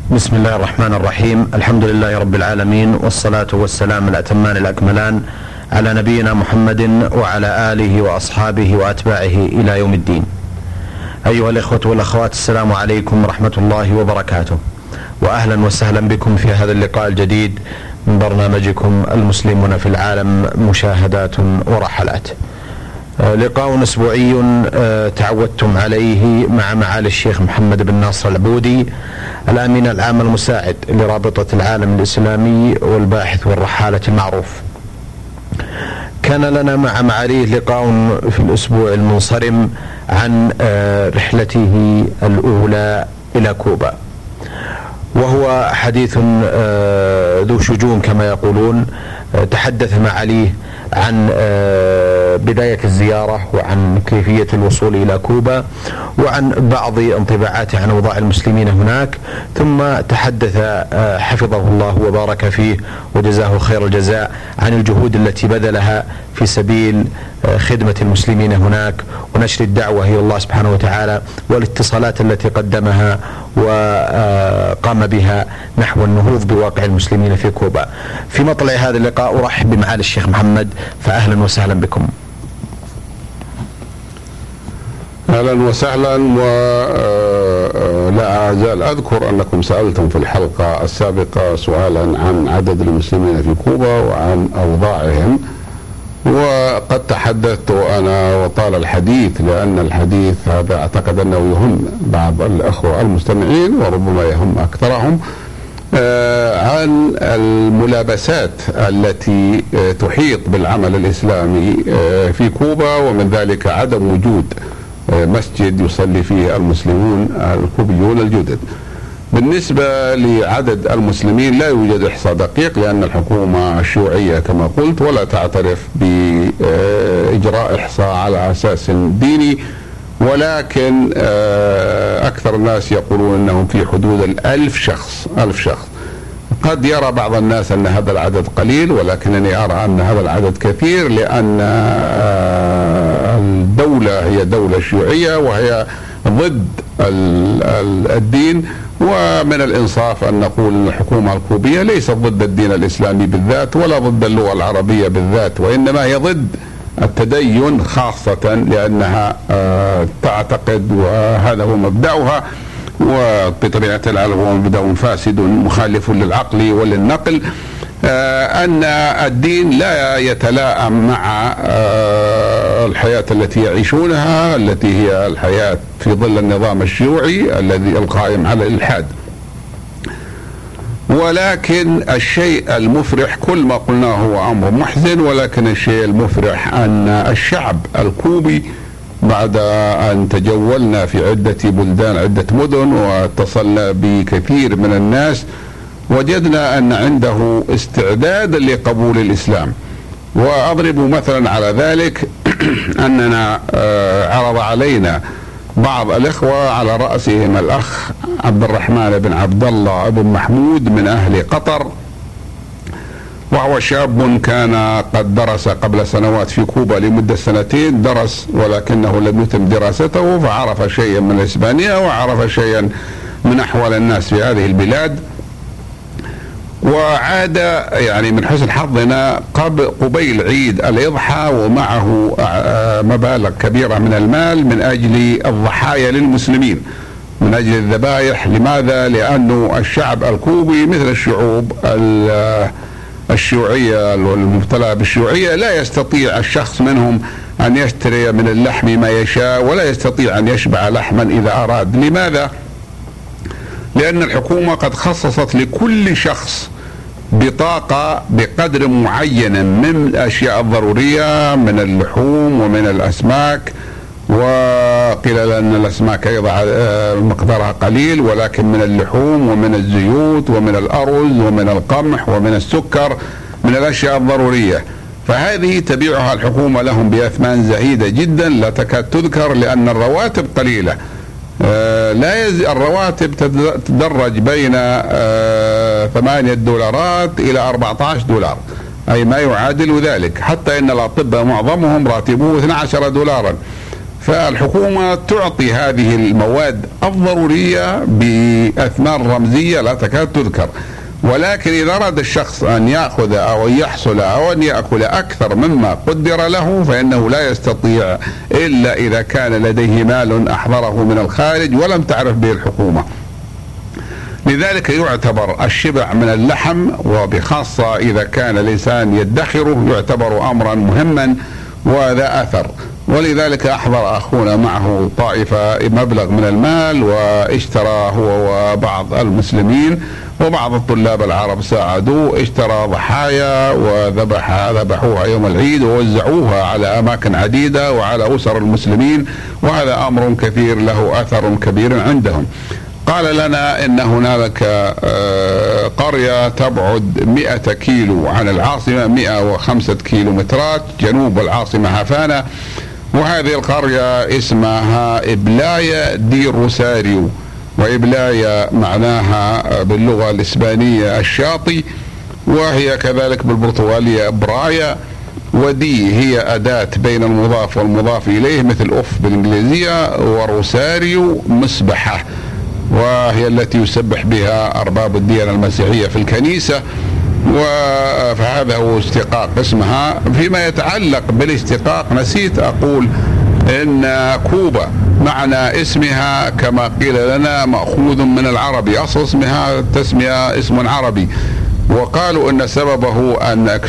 بسم الله الرحمن الرحيم. الحمد لله رب العالمين، والصلاة والسلام الأتمان الأكملان على نبينا محمد وعلى آله وأصحابه وأتباعه إلى يوم الدين. أيها الإخوة والأخوات، السلام عليكم ورحمة الله وبركاته، وأهلا وسهلا بكم في هذا اللقاء الجديد من برنامجكم المسلمون في العالم، مشاهدات ورحلات. لقاء أسبوعي تعودتم عليه مع معالي الشيخ محمد بن ناصر العبودي، الأمين العام المساعد لرابطة العالم الإسلامي والباحث والرحالة المعروف. كان لنا مع معاليه لقاء في الأسبوع المنصرم عن رحلته الأولى إلى كوبا، وهو حديث ذو شجون كما يقولون. تحدث معاليه عن بداية الزيارة، وعن كيفية الوصول إلى كوبا، وعن بعض انطباعاته عن أوضاع المسلمين هناك. ثم تحدث حفظه الله وبارك فيه وجزاه خير الجزاء عن الجهود التي بذلها في سبيل خدمة المسلمين هناك ونشر الدعوة إلى الله سبحانه وتعالى، والاتصالات التي قدمها وقام بها نحو النهوض بواقع المسلمين في كوبا. في مطلع هذا اللقاء أرحب بمعالي الشيخ محمد، فأهلا وسهلا بكم. أهلا وسهلا. ولا أزال أذكر أنكم سألتم في الحلقة السابقة سؤالا عن عدد المسلمين في كوبا وعن أوضاعهم، وقد تحدثت أنا وطال الحديث، لأن الحديث هذا أعتقد أنه يهم بعض الأخوة المستمعين وربما يهم أكثرهم، عن الملابسات التي تحيط بالعمل الإسلامي في كوبا، ومن ذلك عدم وجود مسجد يصلي فيه المسلمون الكوبيون الجدد. بالنسبة لعدد المسلمين لا يوجد إحصاء دقيق، لأن الحكومة الشيوعية كما قلت ولا تعترف بإجراء إحصاء على أساس ديني، ولكن أكثر الناس يقولون أنهم في حدود 1000 شخص. قد يرى بعض الناس أن هذا العدد قليل، ولكنني أرى أن هذا العدد كثير، لأن الدولة هي دولة شيوعية وهي ضد الدين، ومن الإنصاف أن نقول أن الحكومة الكوبية ليست ضد الدين الإسلامي بالذات ولا ضد اللغة العربية بالذات، وإنما هي ضد التدين خاصة، لأنها تعتقد، وهذا هو مبدأها، وبطبيعة الحال هو مبدأ فاسد مخالف للعقل وللنقل، أن الدين لا يتلائم مع الحياة التي يعيشونها، التي هي الحياة في ظل النظام الشيوعي الذي القائم على الإلحاد. ولكن الشيء المفرح، كل ما قلناه هو أمر محزن، ولكن الشيء المفرح أن الشعب الكوبي بعد أن تجولنا في عدة بلدان، عدة مدن، واتصلنا بكثير من الناس، وجدنا أن عنده استعداد لقبول الإسلام. وأضرب مثلا على ذلك أننا عرض علينا بعض الإخوة على رأسهم الأخ عبد الرحمن بن عبد الله بن محمود من أهل قطر، وهو شاب كان قد درس قبل سنوات في كوبا لمدة 2 درس، ولكنه لم يتم دراسته، فعرف شيئا من الإسبانية وعرف شيئا من أحوال الناس في هذه البلاد، وعاد يعني من حسن حظنا قبيل عيد الإضحى ومعه مبالغ كبيرة من المال من أجل الضحايا للمسلمين، من أجل الذبائح. لماذا؟ لأنه الشعب الكوبي مثل الشعوب الشيوعية والمبتلى بالشيوعية لا يستطيع الشخص منهم أن يشتري من اللحم ما يشاء، ولا يستطيع أن يشبع لحما إذا أراد. لماذا؟ لأن الحكومة قد خصصت لكل شخص بطاقة بقدر معين من الأشياء الضرورية، من اللحوم ومن الأسماك، وقيل لأن الأسماك أيضا مقدارها قليل، ولكن من اللحوم ومن الزيوت ومن الأرز ومن القمح ومن السكر، من الأشياء الضرورية. فهذه تبيعها الحكومة لهم بأثمان زهيدة جدا لا تكاد تذكر، لأن الرواتب قليلة. الرواتب تدرج بين 8 دولارات إلى 14 دولار، أي ما يعادل ذلك، حتى إن الأطباء معظمهم راتبه 12 دولارا. فالحكومة تعطي هذه المواد الضرورية بأثمان رمزية لا تكاد تذكر، ولكن إذا أراد الشخص أن يأخذ أو يحصل أو أن يأكل أكثر مما قدر له فإنه لا يستطيع إلا إذا كان لديه مال أحضره من الخارج ولم تعرف به الحكومة. لذلك يعتبر الشبع من اللحم، وبخاصة إذا كان الإنسان يدخره، يعتبر أمرا مهما وذا أثر. ولذلك أحضر أخونا معه طائفة مبلغ من المال، واشترى هو وبعض المسلمين وبعض الطلاب العرب ساعدوه، اشترى ضحايا وذبحوها يوم العيد ووزعوها على أماكن عديدة وعلى أسر المسلمين، وهذا أمر كثير له أثر كبير عندهم. قال لنا إن هنالك قرية تبعد 100 كيلو عن العاصمة، 105 كيلومترات جنوب العاصمة هافانا، وهذه القرية اسمها إبلايا دي روساريو، وإبلايا معناها باللغة الإسبانية الشاطئ، وهي كذلك بالبرتغالية إبرايا، ودي هي أداة بين المضاف والمضاف إليه مثل أوف بالإنجليزية، وروساريو مسبحة، وهي التي يسبح بها أرباب الديانة المسيحية في الكنيسة، فهذا هو اشتقاق اسمها. فيما يتعلق بالاشتقاق نسيت أقول إن كوبا معنى اسمها كما قيل لنا مأخوذ من العربي، أصل اسمها تسمية اسم عربي، وقالوا إن سببه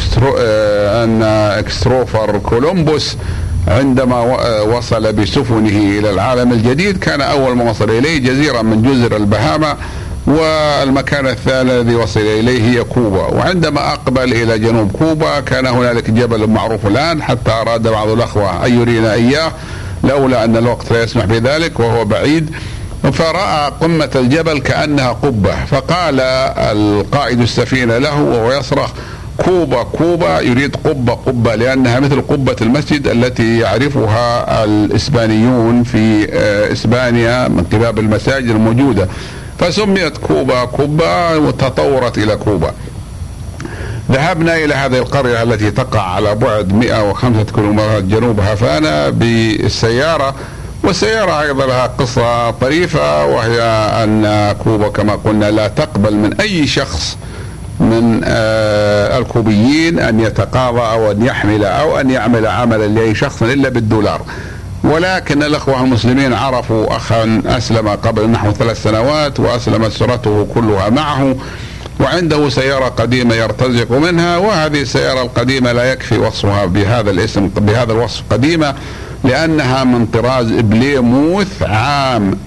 أن كريستوفر كولومبوس عندما وصل بسفنه إلى العالم الجديد كان أول ما وصل إليه جزيرة من جزر البهاما، والمكان الثاني الذي وصل إليه هي كوبا. وعندما أقبل إلى جنوب كوبا كان هنالك جبل معروف الآن، حتى أراد بعض الأخوة أن يرينا إياه لولا أن الوقت لا يسمح بذلك وهو بعيد، فرأى قمة الجبل كأنها قبة، فقال القائد السفينة له وهو يصرخ: كوبا كوبا، يريد قبة قبة، لأنها مثل قبة المسجد التي يعرفها الإسبانيون في إسبانيا من قباب المساجد الموجودة، فسميت كوبا كوبا وتطورت إلى كوبا. ذهبنا إلى هذه القرية التي تقع على بعد 105 كيلومترات جنوب هافانا بالسيارة، والسيارة أيضا لها قصة طريفة، وهي أن كوبا كما قلنا لا تقبل من أي شخص من الكوبيين أن يتقاضى أو أن يحمل أو أن يعمل عملا لأي شخص إلا بالدولار. ولكن الأخوة المسلمين عرفوا أخا أسلم قبل نحو 3 سنوات وأسلم أسرته كلها معه، وعنده سيارة قديمة يرتزق منها، وهذه السيارة القديمة لا يكفي وصفها بهذا الاسم بهذا الوصف قديمة، لأنها من طراز بليموث عام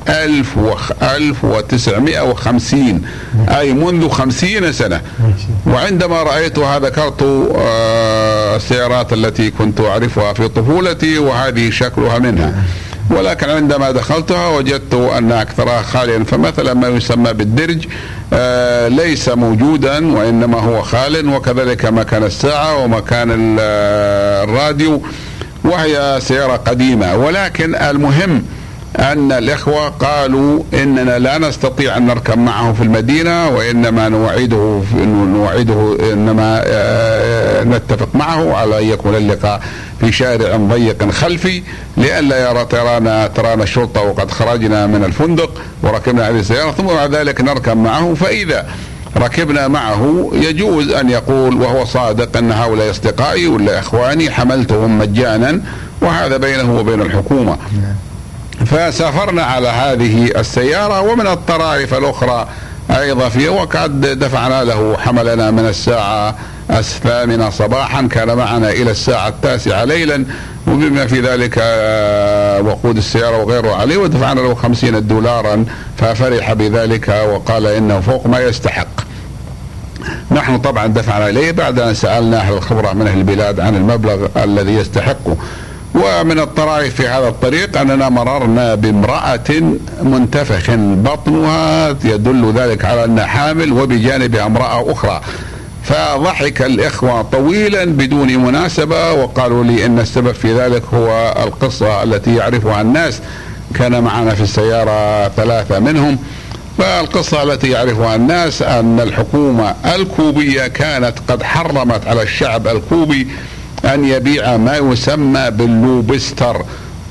1950، أي منذ 50 سنة. وعندما رأيتها ذكرت السيارات التي كنت أعرفها في طفولتي، وهذه شكلها منها. ولكن عندما دخلتها وجدت أن أكثرها خاليا، فمثلا ما يسمى بالدرج ليس موجودا وإنما هو خال، وكذلك مكان الساعة ومكان الراديو، وهي سيارة قديمة. ولكن المهم أن الإخوة قالوا إننا لا نستطيع أن نركب معه في المدينة، وإنما نوعده إنما نتفق معه على أن يكون اللقاء في شارع ضيق خلفي، لئلا يرى ترانا الشرطة وقد خرجنا من الفندق وركبنا هذه السيارة، ثم بعد ذلك نركب معه. فإذا ركبنا معه يجوز أن يقول وهو صادق أن هؤلاء أصدقائي ولا إخواني، حملتهم مجانا، وهذا بينه وبين الحكومة. فسافرنا على هذه السيارة. ومن الطرائف الأخرى أيضا فيه، وقد دفعنا له حملنا من الساعة 8 صباحا، كان معنا إلى الساعة 9 ليلا، وبما في ذلك وقود السيارة وغيره عليه، ودفعنا له 50 دولارا، ففرح بذلك وقال إنه فوق ما يستحق. نحن طبعا دفعنا إليه بعد أن سألنا أهل الخبرة من أهل البلاد عن المبلغ الذي يستحقه. ومن الطرائف في هذا الطريق أننا مررنا بامرأة منتفخ بطنها يدل ذلك على أنها حامل، وبجانبها امرأة أخرى، فضحك الإخوة طويلا بدون مناسبة، وقالوا لي إن السبب في ذلك هو القصة التي يعرفها الناس. كان معنا في السيارة 3 منهم. فالقصة التي يعرفها الناس أن الحكومة الكوبية كانت قد حرمت على الشعب الكوبي أن يبيع ما يسمى باللوبستر،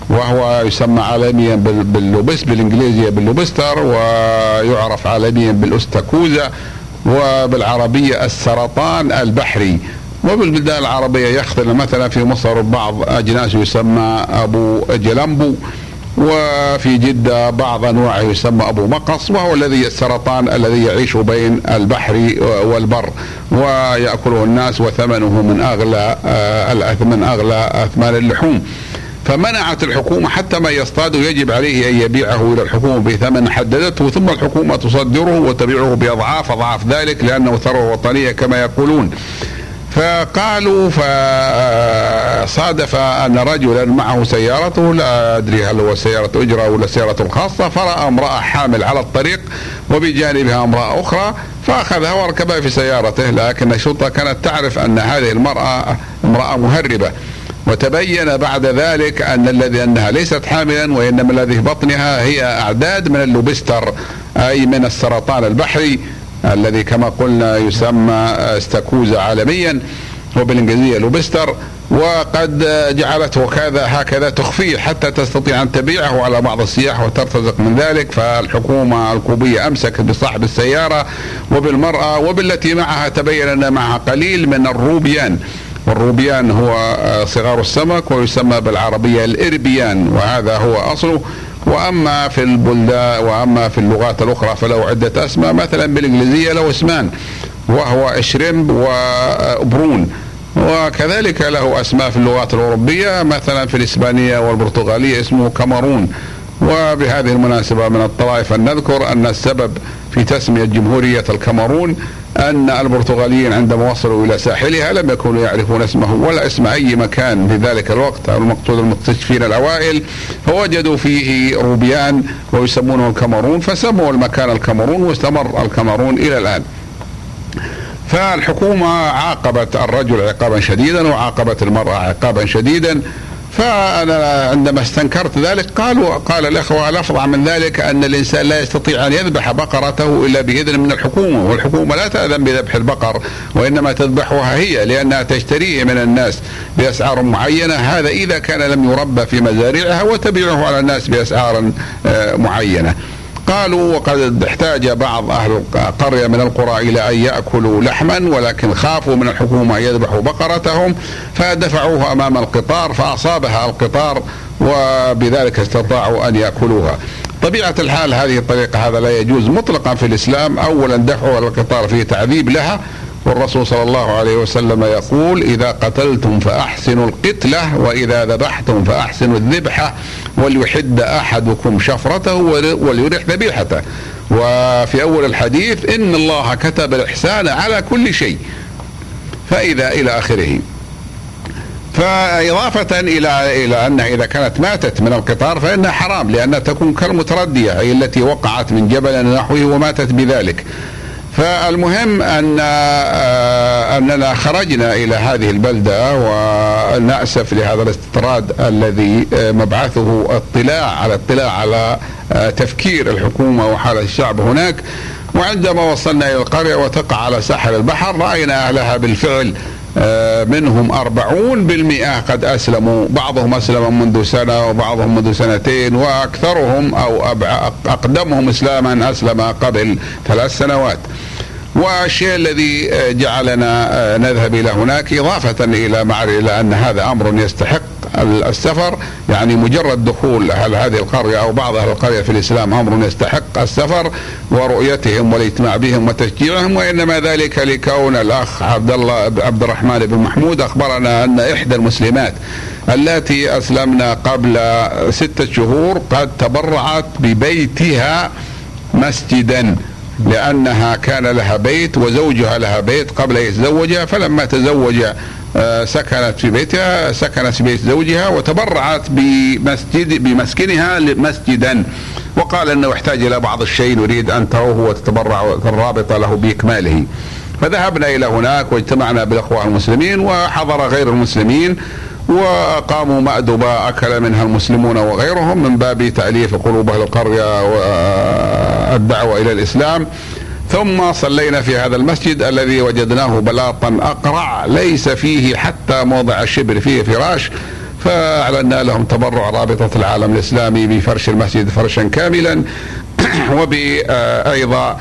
وهو يسمى عالميا بالانجليزية باللوبستر، ويعرف عالميا بالاستاكوزا، وبالعربية السرطان البحري. وبالبلدان العربية يختلف، مثلا في مصر بعض أجناسه يسمى أبو جلمبو، وفي جدة بعض أنواعه يسمى أبو مقص، وهو الذي السرطان الذي يعيش بين البحر والبر ويأكله الناس، وثمنه من أغلى أثمان اللحوم. فمنعت الحكومة حتى ما يصطاد يجب عليه أن يبيعه إلى الحكومة بثمن حددته، ثم الحكومة تصدره وتبيعه بأضعاف ذلك، لأنه ثروة وطنية كما يقولون. فقالوا فصادف أن رجلا معه سيارته، لا أدري هل هو سيارة أجرة ولا سيارة خاصة، فرأى امرأة حامل على الطريق وبجانبها امرأة أخرى، فأخذها وركبها في سيارته، لكن الشرطة كانت تعرف أن هذه المرأة امرأة مهربة، وتبين بعد ذلك أنها ليست حاملا، وإنما الذي في بطنها هي أعداد من اللوبستر، أي من السرطان البحري الذي كما قلنا يسمى استاكوزا عالميا، وبالإنجليزية لوبستر. وقد جعلته هكذا تخفيه حتى تستطيع أن تبيعه على بعض السياح وترتزق من ذلك. فالحكومة الكوبية أمسكت بصاحب السيارة وبالمرأة وبالتي معها، تبين أن معها قليل من الروبيان، والروبيان هو صغار السمك، ويسمى بالعربية الإربيان، وهذا هو أصله. وأما في البلدان وأما في اللغات الأخرى فله عدة أسماء، مثلا بالإنجليزية له اسمان، وهو شريمب وبرون، وكذلك له أسماء في اللغات الأوروبية، مثلا في الإسبانية والبرتغالية اسمه كامرون. وبهذه المناسبة من الطرائف أن نذكر أن السبب في تسمية جمهورية الكامرون أن البرتغاليين عندما وصلوا إلى ساحلها لم يكونوا يعرفون اسمه ولا اسم أي مكان في ذلك الوقت، المقصود المكتشفين الأوائل، فوجدوا فيه روبيان ويسمونه الكامرون، فسموا المكان الكامرون، واستمر الكامرون إلى الآن. فالحكومة عاقبت الرجل عقابا شديدا، وعاقبت المرأة عقابا شديدا. فأنا عندما استنكرت ذلك قال الأخوة الأفظع من ذلك أن الإنسان لا يستطيع أن يذبح بقرته إلا بإذن من الحكومة، والحكومة لا تأذن بذبح البقر، وإنما تذبحها هي، لأنها تشتريه من الناس بأسعار معينة، هذا إذا كان لم يربى في مزارعها، وتبيعه على الناس بأسعار معينة. قالوا وقد احتاج بعض أهل القرية من القرى إلى أن يأكلوا لحما، ولكن خافوا من الحكومة أن يذبحوا بقرتهم، فدفعوها أمام القطار فأصابها القطار، وبذلك استطاعوا أن يأكلوها. طبيعة الحال هذه الطريقة هذا لا يجوز مطلقا في الإسلام. أولا دفعوا القطار فيه تعذيب لها، والرسول صلى الله عليه وسلم يقول: إذا قتلتم فأحسنوا القتلة، وإذا ذبحتم فأحسنوا الذبحة، وليحد أحدكم شفرته وليرح ذبيحته. وفي أول الحديث: إن الله كتب الإحسان على كل شيء، فإذا إلى آخره. فإضافة إلى أنها إذا كانت ماتت من القطار فإنها حرام، لأنها تكون كالمتردية، أي التي وقعت من جبل نحوه وماتت بذلك. فالمهم أننا خرجنا إلى هذه البلدة، ونأسف لهذا الاستطراد الذي مبعثه اطلاع على تفكير الحكومة وحال الشعب هناك. وعندما وصلنا إلى القرية وتقع على ساحل البحر، رأينا أهلها بالفعل منهم 40% قد أسلموا، بعضهم أسلم منذ سنة وبعضهم منذ سنتين، وأكثرهم أو أقدمهم إسلاما أسلم قبل 3 سنوات. والشيء الذي جعلنا نذهب إلى هناك إضافة إلى أن هذا أمر يستحق السفر، يعني مجرد دخول أهل هذه القرية أو بعض أهل القرية في الإسلام أمر يستحق السفر ورؤيتهم والاجتماع بهم وتشجيعهم. وإنما ذلك لكون الأخ عبد الرحمن بن محمود أخبرنا أن إحدى المسلمات التي أسلمنا قبل 6 شهور قد تبرعت ببيتها مسجدا، لأنها كان لها بيت وزوجها لها بيت قبل أن يتزوجها، فلما تزوج سكنت في بيتها، سكنت في بيت زوجها، وتبرعت بمسكنها مسجدا، وقال أنه يحتاج إلى بعض الشيء نريد أن تروه وتتبرع الرابطة له بإكماله. فذهبنا إلى هناك واجتمعنا بالأخوة المسلمين، وحضر غير المسلمين، وقاموا مأدبة أكل منها المسلمون وغيرهم من باب تأليف قلوب أهل القرية والدعوة إلى الإسلام. ثم صلينا في هذا المسجد الذي وجدناه بلاطا أقرع ليس فيه حتى موضع الشبر، فيه فراش، فأعلنا لهم تبرع رابطة العالم الإسلامي بفرش المسجد فرشا كاملا أيضا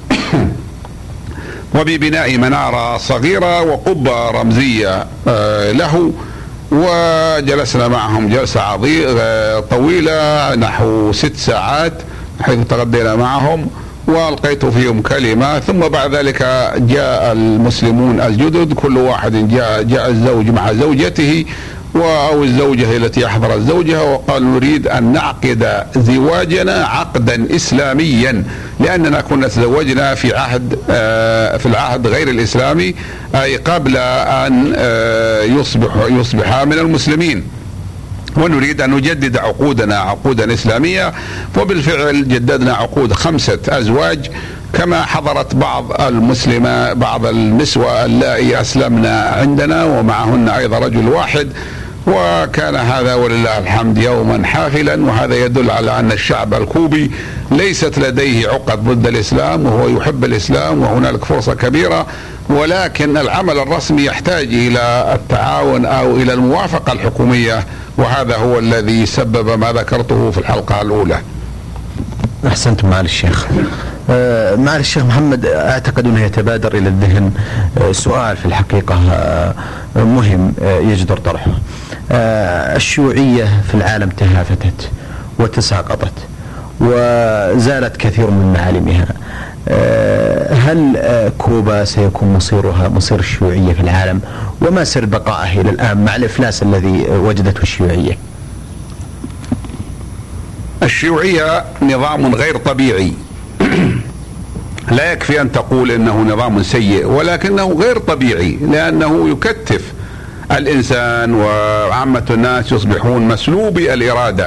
وببناء منارة صغيرة وقبة رمزية له. وجلسنا معهم جلسة طويلة نحو 6 ساعات حيث تغدينا معهم وألقيت فيهم كلمة. ثم بعد ذلك جاء المسلمون الجدد، كل واحد جاء الزوج مع زوجته أو الزوجة التي أحضرت زوجها، وقالوا نريد أن نعقد زواجنا عقدا إسلاميا، لأننا كنا تزوجنا في العهد غير الإسلامي، أي قبل أن يصبح من المسلمين، ونريد أن نجدد عقودنا عقودا إسلامية. وبالفعل جددنا عقود 5 أزواج، كما حضرت بعض النسوة اللائي أسلمنا عندنا ومعهن أيضا رجل واحد، وكان هذا ولله الحمد يوما حافلا. وهذا يدل على أن الشعب الكوبي ليست لديه عقد ضد الإسلام، وهو يحب الإسلام، وهنالك فرصة كبيرة، ولكن العمل الرسمي يحتاج إلى التعاون أو إلى الموافقة الحكومية، وهذا هو الذي سبب ما ذكرته في الحلقة الأولى. أحسنتم معالي الشيخ. معالي الشيخ محمد، أعتقد أنه يتبادر إلى الذهن سؤال في الحقيقة مهم يجدر طرحه. الشيوعية في العالم تهافتت وتساقطت وزالت كثير من معالمها. هل كوبا سيكون مصيرها مصير الشيوعية في العالم؟ وما سر بقائها إلى الآن مع الإفلاس الذي وجدته الشيوعية؟ الشيوعية نظام غير طبيعي، لا يكفي أن تقول إنه نظام سيء، ولكنه غير طبيعي، لأنه يكتف الإنسان وعامة الناس يصبحون مسلوبي الإرادة.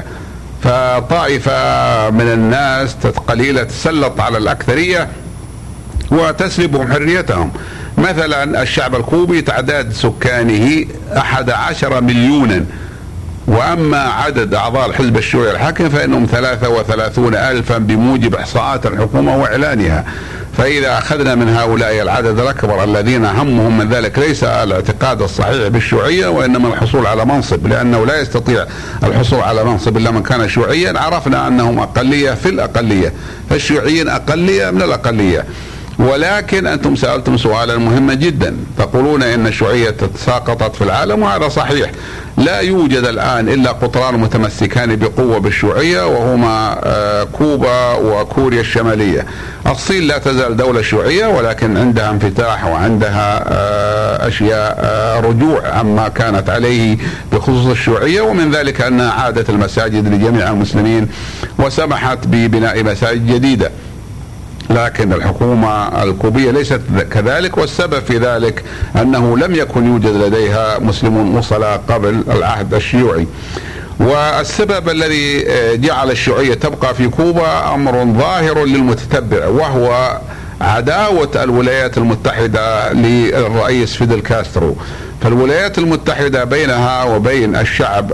فطائفة من الناس قليلة تسلط على الأكثرية وتسلبهم حريتهم. مثلا الشعب الكوبي تعداد سكانه 11 مليونا، وأما عدد أعضاء الحزب الشيوعي الحاكم فإنهم 33,000 بموجب إحصاءات الحكومة وإعلانها. فإذا أخذنا من هؤلاء العدد الأكبر الذين همهم من ذلك ليس الاعتقاد الصحيح بالشيوعية وإنما الحصول على منصب، لأنه لا يستطيع الحصول على منصب إلا من كان شيوعيا، عرفنا أنهم أقلية في الأقلية، فالشيوعيين أقلية من الأقلية. ولكن أنتم سألتم سؤالا مهما جدا، تقولون إن الشيوعية تساقطت في العالم، وهذا صحيح. لا يوجد الآن إلا قطران متمسكان بقوة بالشيوعية، وهما كوبا وكوريا الشمالية. الصين لا تزال دولة شيوعية، ولكن عندها انفتاح وعندها أشياء رجوع عما كانت عليه بخصوص الشيوعية، ومن ذلك أنها عادت المساجد لجميع المسلمين وسمحت ببناء مساجد جديدة. لكن الحكومة الكوبية ليست كذلك، والسبب في ذلك أنه لم يكن يوجد لديها مسلمون وصلاة قبل العهد الشيوعي. والسبب الذي جعل الشيوعية تبقى في كوبا أمر ظاهر للمتتبع، وهو عداوة الولايات المتحدة للرئيس فيدل كاسترو. فالولايات المتحدة بينها وبين الشعب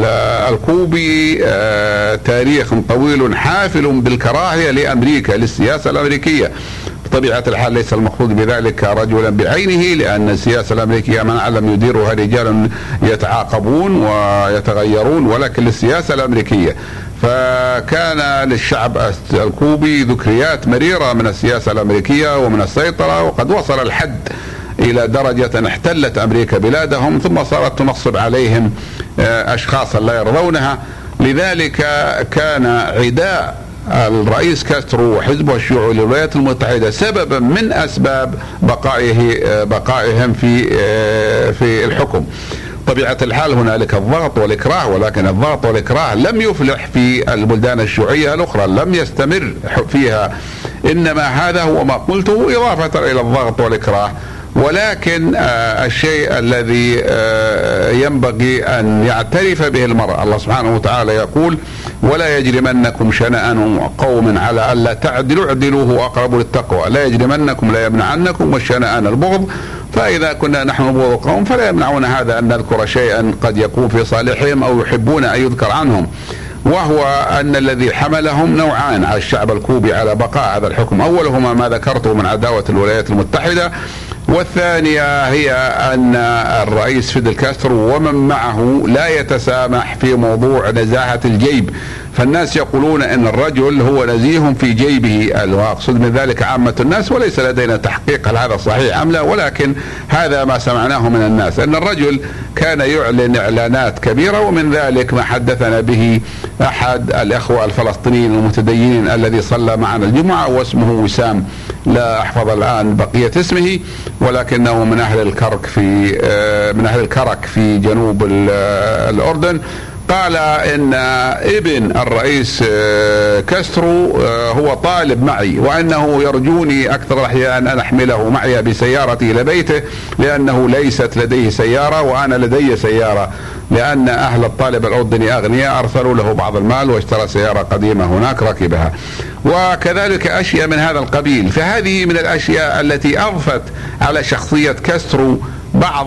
الكوبي تاريخ طويل حافل بالكراهية لأمريكا، للسياسة الأمريكية. بطبيعة الحال ليس المقصود بذلك رجلا بعينه، لأن السياسة الأمريكية من علم يديرها رجال يتعاقبون ويتغيرون، ولكن للسياسة الأمريكية. فكان للشعب الكوبي ذكريات مريرة من السياسة الأمريكية ومن السيطرة، وقد وصل الحد إلى درجة احتلت أمريكا بلادهم، ثم صارت تنصب عليهم أشخاصا لا يرضونها. لذلك كان عداء الرئيس كاسترو وحزبه الشيوعي للولايات المتحدة سببا من أسباب بقائهم في الحكم. طبيعة الحال هنالك الضغط والإكراه، ولكن الضغط والإكراه لم يفلح في البلدان الشيوعية الأخرى، لم يستمر فيها، إنما هذا هو ما قلته إضافة إلى الضغط والإكراه. ولكن الشيء الذي ينبغي أن يعترف به المرء، الله سبحانه وتعالى يقول: ولا يجرمنكم شنآن قوم على ألا تعدلوا اعدلوا هو أقرب للتقوى، لا يجرمنكم لا يمنعنكم، والشنآن البغض، فإذا كنا نحن نبغض القوم فلا يمنعون هذا أن نذكر شيئا قد يكون في صالحهم أو يحبون أن يذكر عنهم، وهو أن الذي حملهم نوعان على الشعب الكوبي على بقاء هذا الحكم. أولهما ما ذكرته من عداوة الولايات المتحدة، والثانية هي أن الرئيس فيدل كاسترو ومن معه لا يتسامح في موضوع نزاهة الجيب، فالناس يقولون أن الرجل هو نزيه في جيبه، وأقصد من ذلك عامة الناس، وليس لدينا تحقيق هل هذا صحيح أم لا، ولكن هذا ما سمعناه من الناس، أن الرجل كان يعلن إعلانات كبيرة، ومن ذلك ما حدثنا به أحد الأخوة الفلسطينيين المتدينين الذي صلى معنا الجمعة واسمه وسام، لا أحفظ الآن بقية اسمه، ولكنه من أهل الكرك في جنوب الأردن. قال إن ابن الرئيس كاسترو هو طالب معي، وأنه يرجوني أكثر الأحيان أن أحمله معي بسيارتي إلى بيته، لأنه ليست لديه سيارة وأنا لدي سيارة، لأن أهل الطالب الأردني أغنياء أرسلوا له بعض المال واشترى سيارة قديمة هناك ركبها، وكذلك أشياء من هذا القبيل. فهذه من الأشياء التي أضفت على شخصية كاسترو بعض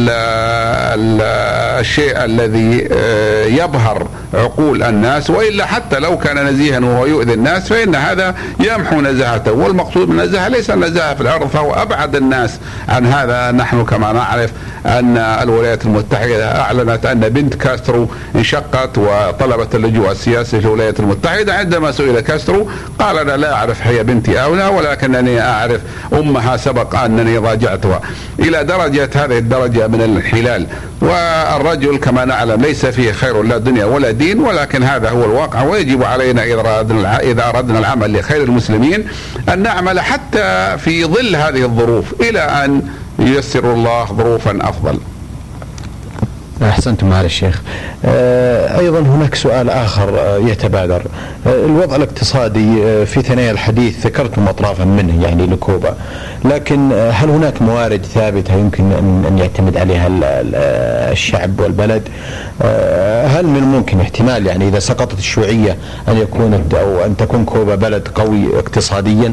الشيء الذي يبهر عقول الناس، وإلا حتى لو كان نزيها وهو يؤذي الناس فإن هذا يمحو نزاهته، والمقصود من النزاهة ليس النزاهة في الأرض، فهو أبعد الناس عن هذا. نحن كما نعرف أن الولايات المتحدة أعلنت أن بنت كاسترو انشقت وطلبت اللجوء السياسي في الولايات المتحدة. عندما سئل كاسترو قال أنا لا أعرف هي بنتي أو لا، ولكنني أعرف أمها سبق أنني ضاجعتها، إلى درجة هذه الدرجة من الانحلال. والرجل كما نعلم ليس فيه خير لا دنيا ولا دين، ولكن هذا هو الواقع، ويجب علينا إذا أردنا العمل لخير المسلمين أن نعمل حتى في ظل هذه الظروف إلى أن ييسر الله ظروفا أفضل. أحسنتم معالي الشيخ. أيضا هناك سؤال آخر يتبادر، الوضع الاقتصادي في ثنايا الحديث ذكرتم أطرافا منه يعني لكوبا، لكن هل هناك موارد ثابتة يمكن أن يعتمد عليها الشعب والبلد؟ هل من الممكن احتمال يعني إذا سقطت الشيوعية أن تكون كوبا بلد قوي اقتصاديا؟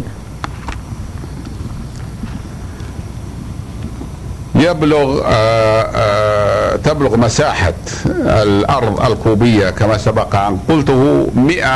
تبلغ مساحة الأرض الكوبية كما سبق أن قلته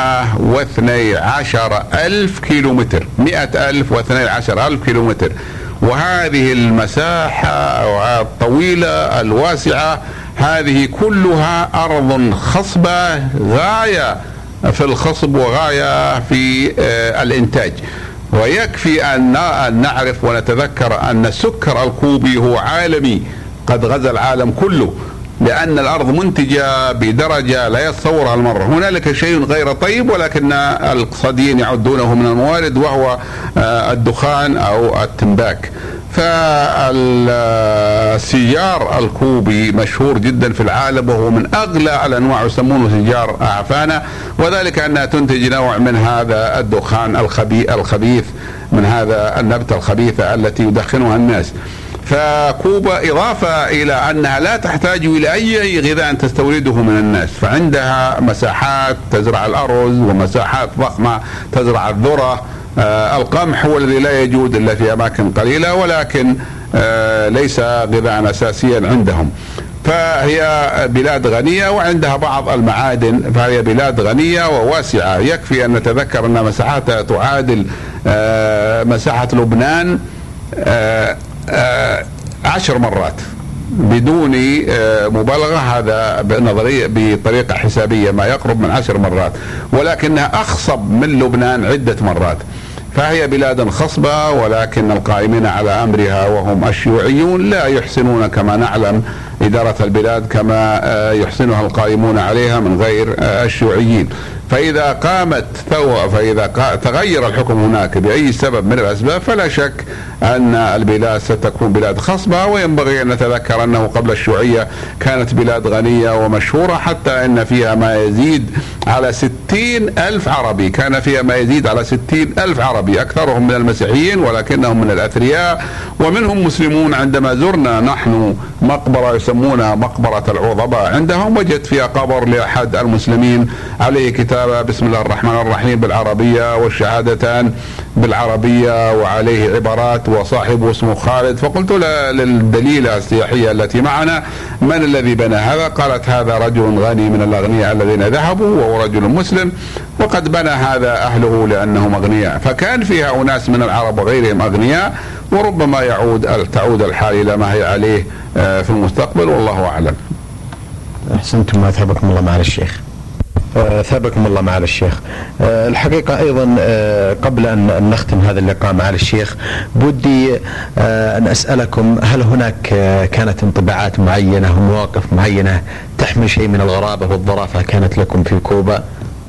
112,000 كيلومتر، 112,000 كيلومتر، وهذه المساحة الطويلة الواسعة هذه كلها أرض خصبة غاية في الخصب وغاية في الإنتاج. ويكفي أن نعرف ونتذكر أن السكر الكوبي هو عالمي قد غزا العالم كله، لأن الأرض منتجة بدرجة لا يتصورها المرة. هنالك شيء غير طيب ولكن الاقتصاديين يعدونه من الموارد، وهو الدخان أو التمباك. فالسيجار الكوبي مشهور جدا في العالم، وهو من أغلى الأنواع، يسمونه سيجار أعفانة، وذلك أنها تنتج نوع من هذا الدخان الخبيث، من هذا النبتة الخبيثة التي يدخنها الناس. فكوبا إضافة إلى أنها لا تحتاج إلى أي غذاء تستورده من الناس، فعندها مساحات تزرع الأرز ومساحات ضخمة تزرع الذرة. القمح هو الذي لا يجود إلا في أماكن قليلة، ولكن ليس غذاء أساسيا عندهم. فهي بلاد غنية وعندها بعض المعادن، فهي بلاد غنية وواسعة. يكفي أن نتذكر أن مساحتها تعادل مساحة لبنان 10 مرات بدون مبالغة، هذا بطريقة حسابية ما يقرب من 10 مرات، ولكنها أخصب من لبنان عدة مرات. فهي بلاد خصبة، ولكن القائمين على أمرها وهم الشيوعيون لا يحسنون كما نعلم إدارة البلاد كما يحسنها القائمون عليها من غير الشيوعيين. فإذا قامت ثورة، فإذا تغير الحكم هناك بأي سبب من الأسباب، فلا شك أن البلاد ستكون بلاد خصبة. وينبغي أن نتذكر أنه قبل الشيوعية كانت بلاد غنية ومشهورة، حتى أن فيها ما يزيد على 60,000 عربي، كان فيها ما يزيد على 60,000 عربي، أكثرهم من المسيحيين ولكنهم من الأثرياء ومنهم مسلمون. عندما زرنا نحن مقبرة يسمونها مقبرة العظباء عندهم، وجدت فيها قبر لأحد المسلمين عليه كتاب بسم الله الرحمن الرحيم بالعربية والشهادتان بالعربية وعليه عبارات وصاحبه اسمه خالد. فقلت للدليلة السياحية التي معنا: من الذي بنى هذا؟ قالت: هذا رجل غني من الأغنياء الذين ذهبوا، وهو رجل مسلم، وقد بنى هذا أهله لأنهم أغنياء. فكان فيها أناس من العرب وغيرهم أغنياء، وربما تعود الحال إلى ما هي عليه في المستقبل، والله أعلم. أحسنتم، أثابكم الله معالي الشيخ. ثابكم الله معالي الشيخ. الحقيقة أيضا قبل أن نختم هذا اللقاء معالي الشيخ، بدي أن أسألكم: هل هناك كانت انطباعات معينة ومواقف معينة تحمل شيء من الغرابة والظرافة كانت لكم في كوبا؟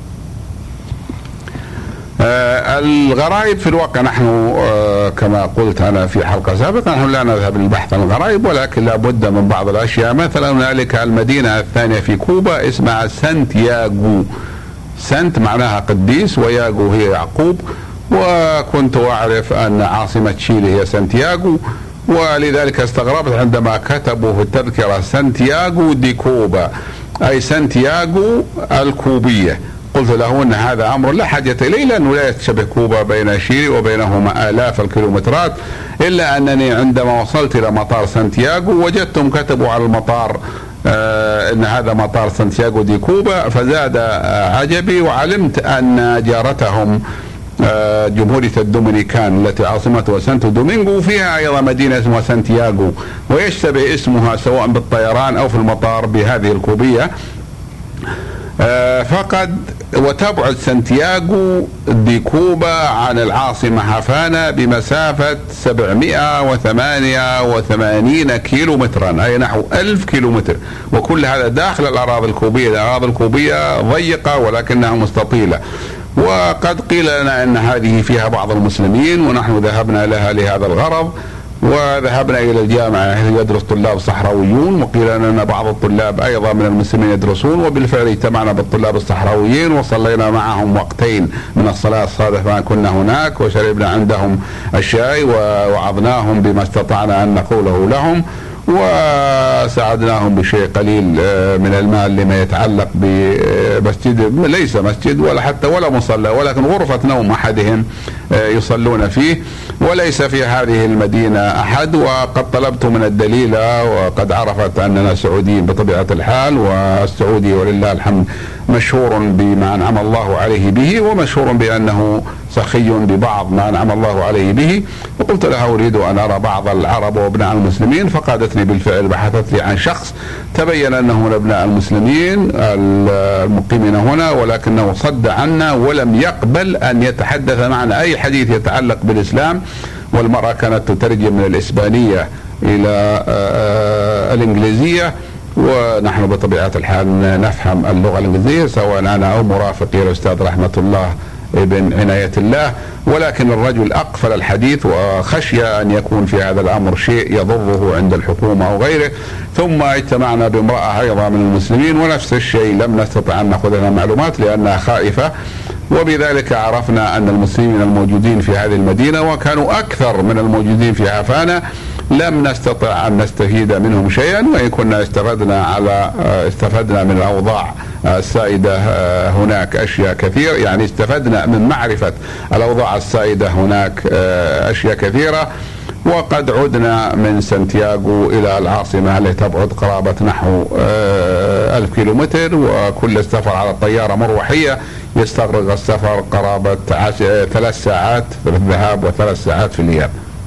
الغرائب في الواقع نحن كما قلت أنا في حلقة سابقة، نحن لا نذهب للبحث عن الغرائب، ولكن لا بد من بعض الأشياء. مثلا هنالك المدينة الثانية في كوبا اسمها سانتياغو. سانت معناها قديس، وياغو هي يعقوب، وكنت أعرف أن عاصمة تشيلي هي سانتياغو، ولذلك استغربت عندما كتبوا في التذكرة سانتياغو دي كوبا، أي سانتياغو الكوبية. قلت له ان هذا امر لا حاجة اليه، لانه لا يتشبه كوبا بين شيلي وبينهما الاف الكيلومترات، الا انني عندما وصلت الى مطار سانتياغو وجدتهم كتبوا على المطار ان هذا مطار سانتياغو دي كوبا، فزاد عجبي، وعلمت ان جارتهم جمهورية الدومينيكان التي عاصمتها سانتو دومينغو فيها ايضا مدينة اسمها سانتياغو، ويشتبه اسمها سواء بالطيران او في المطار بهذه الكوبية. فقد وتبعد سانتياغو دي كوبا عن العاصمة هافانا بمسافة 788 كيلومترا، أي نحو 1000 كيلومتر، وكل هذا داخل الأراضي الكوبية. الأراضي الكوبية ضيقة ولكنها مستطيلة، وقد قيل لنا أن هذه فيها بعض المسلمين، ونحن ذهبنا لها لهذا الغرض، وذهبنا إلى الجامعة حيث يدرس طلاب صحراويون، وقيل لنا أن بعض الطلاب أيضا من المسلمين يدرسون، وبالفعل اجتمعنا بالطلاب الصحراويين وصلينا معهم وقتين من الصلاة الصادفة ما كنا هناك، وشربنا عندهم الشاي ووعظناهم بما استطعنا أن نقوله لهم، وساعدناهم بشيء قليل من المال لما يتعلق بمسجد، ليس مسجد ولا مصلى، ولكن غرفة نوم أحدهم يصلون فيه، وليس في هذه المدينة أحد. وقد طلبت من الدليلة، وقد عرفت أننا سعوديين بطبيعة الحال، والسعودي ولله الحمد مشهور بما أنعم الله عليه به، ومشهور بأنه سخي ببعض ما أنعم الله عليه به. وقلت لها: أريد أن أرى بعض العرب وابناء المسلمين، فقادتني بالفعل، بحثت لي عن شخص تبين أنه من أبناء المسلمين المقيمين هنا، ولكنه صد عنا ولم يقبل أن يتحدث معنا أي حديث يتعلق بالإسلام. والمرأة كانت تترجم من الإسبانية إلى الإنجليزية، ونحن بطبيعة الحال نفهم اللغة الإنجليزية، سواء أنا أو مرافقي الأستاذ رحمة الله ابن عناية الله، ولكن الرجل أقفل الحديث وخشي أن يكون في هذا الأمر شيء يضره عند الحكومة أو غيره. ثم اجتمعنا بامرأة أيضا من المسلمين، ونفس الشيء لم نستطع أن نأخذ لها معلومات لأنها خائفة، وبذلك عرفنا أن المسلمين الموجودين في هذه المدينة، وكانوا أكثر من الموجودين في هافانا، لم نستطع أن نستفيد منهم شيئا، وإن كنا استفدنا من الأوضاع السائدة هناك أشياء كثير، يعني استفدنا من معرفة الأوضاع السائدة هناك أشياء كثيرة. وقد عدنا من سانتياغو إلى العاصمة التي تبعد قرابة نحو 1000 كيلومتر، وكل السفر على الطيارة مروحية يستغرق السفر قرابة 3 ساعات في الذهاب و3 ساعات في الإياب.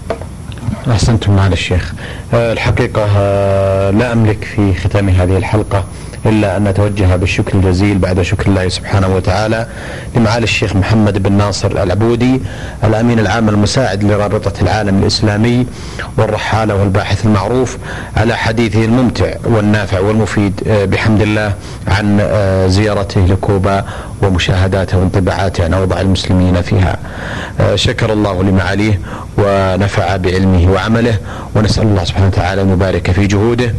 أحسنتم معالي الشيخ. الحقيقة لا أملك في ختام هذه الحلقة إلا أن نتوجه بالشكر الجزيل بعد شكر الله سبحانه وتعالى لمعالي الشيخ محمد بن ناصر العبودي، الأمين العام المساعد لرابطة العالم الإسلامي والرحالة والباحث المعروف، على حديثه الممتع والنافع والمفيد بحمد الله عن زيارته لكوبا ومشاهداته وانطباعاته عن أوضاع المسلمين فيها. شكر الله لمعاليه ونفع بعلمه وعمله، ونسأل الله سبحانه وتعالى أن يبارك في جهوده،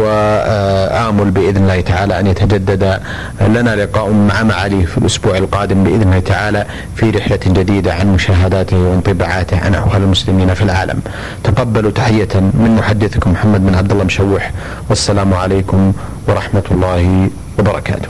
وآمل بإذن الله تعالى أن يتجدد لنا لقاء مع معاليه في الأسبوع القادم بإذن الله تعالى في رحلة جديدة عن مشاهداته وانطباعاته عن أحوال المسلمين في العالم. تقبلوا تحية من محدثكم محمد بن عبد الله مشوح، والسلام عليكم ورحمة الله وبركاته.